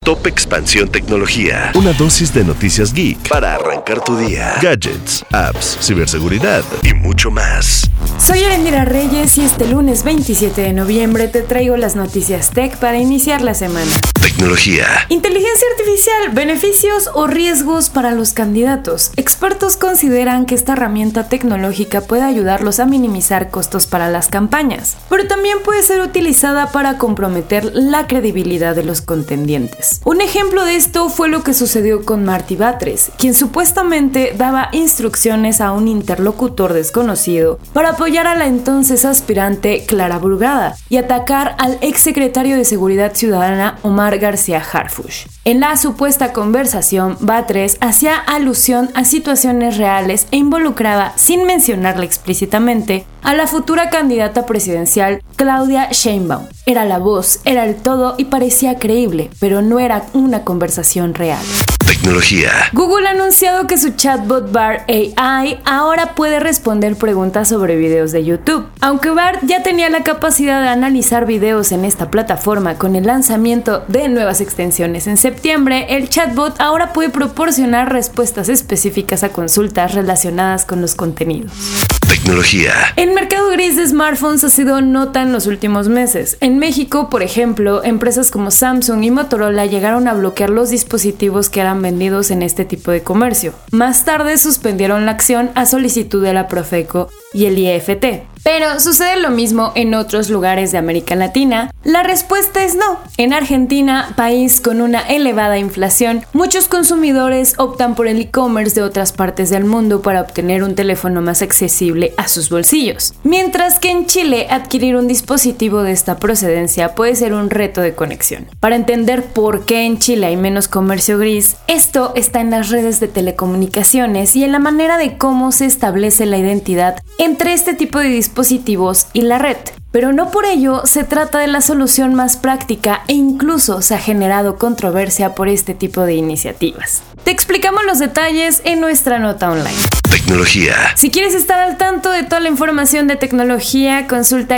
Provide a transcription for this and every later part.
Top Expansión Tecnología. Una dosis de noticias geek para arrancar tu día. Gadgets, apps, ciberseguridad y mucho más. Soy Erendira Reyes y este lunes 27 de noviembre te traigo las noticias tech para iniciar la semana. Tecnología. Inteligencia artificial, beneficios o riesgos para los candidatos. Expertos consideran que esta herramienta tecnológica puede ayudarlos a minimizar costos para las campañas, pero también puede ser utilizada para comprometer la credibilidad de los contendientes. Un ejemplo de esto fue lo que sucedió con Marty Batres, quien supuestamente daba instrucciones a un interlocutor desconocido para apoyar a la entonces aspirante Clara Brugada y atacar al exsecretario de Seguridad Ciudadana Omar García Harfuch. En la supuesta conversación, Batres hacía alusión a situaciones reales e involucraba, sin mencionarla explícitamente, a la futura candidata presidencial Claudia Sheinbaum. Era la voz, era el todo y parecía creíble, pero no era una conversación real. Tecnología. Google ha anunciado que su chatbot Bard AI ahora puede responder preguntas sobre videos de YouTube. Aunque Bard ya tenía la capacidad de analizar videos en esta plataforma con el lanzamiento de nuevas extensiones en septiembre, el chatbot ahora puede proporcionar respuestas específicas a consultas relacionadas con los contenidos. Tecnología. El mercado gris de smartphones ha sido nota en los últimos meses. En México, por ejemplo, empresas como Samsung y Motorola llegaron a bloquear los dispositivos que eran vendidos en este tipo de comercio. Más tarde suspendieron la acción a solicitud de la Profeco y el IFT. Pero sucede lo mismo en otros lugares de América Latina. La respuesta es no. En Argentina, país con una elevada inflación, muchos consumidores optan por el e-commerce de otras partes del mundo para obtener un teléfono más accesible a sus bolsillos. Mientras que en Chile, adquirir un dispositivo de esta procedencia puede ser un reto de conexión. Para entender por qué en Chile hay menos comercio gris, esto está en las redes de telecomunicaciones y en la manera de cómo se establece la identidad entre este tipo de dispositivos y la red. Pero no por ello se trata de la solución más práctica e incluso se ha generado controversia por este tipo de iniciativas. Te explicamos los detalles en nuestra nota online. Tecnología. Si quieres estar al tanto de toda la información de tecnología, consulta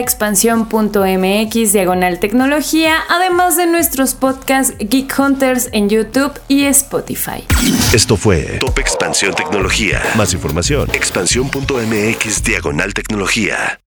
expansión.mx/tecnología, además de nuestros podcasts Geek Hunters en YouTube y Spotify. Esto fue Top Expansión Tecnología. Más información, expansión.mx/tecnología.